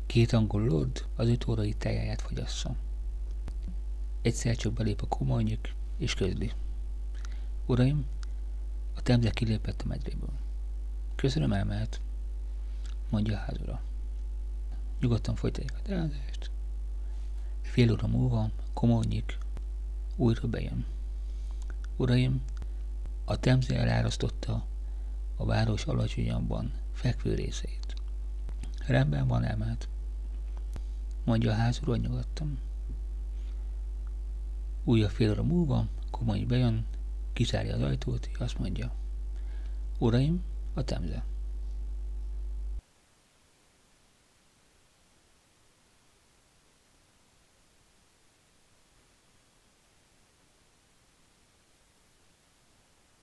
2 angol lord az 5 órai tejáját fogyassza. Egyszer csak belép a komolynyik, és közli. Uraim, a Temze kilépett a medréből. Köszönöm, elmehet, mondja a házura. Nyugodtan folytatják a teázást. Fél óra múlva komolynyik újra bejön. Uraim, a Temze elárasztotta a város alacsonyabban fekvő részeit. Rendben van, elmehet, mondja a házura nyugodtan. Újabb fél óra múlva Komoly bejön, kizárja az ajtót, és azt mondja: Uraim, a Temze.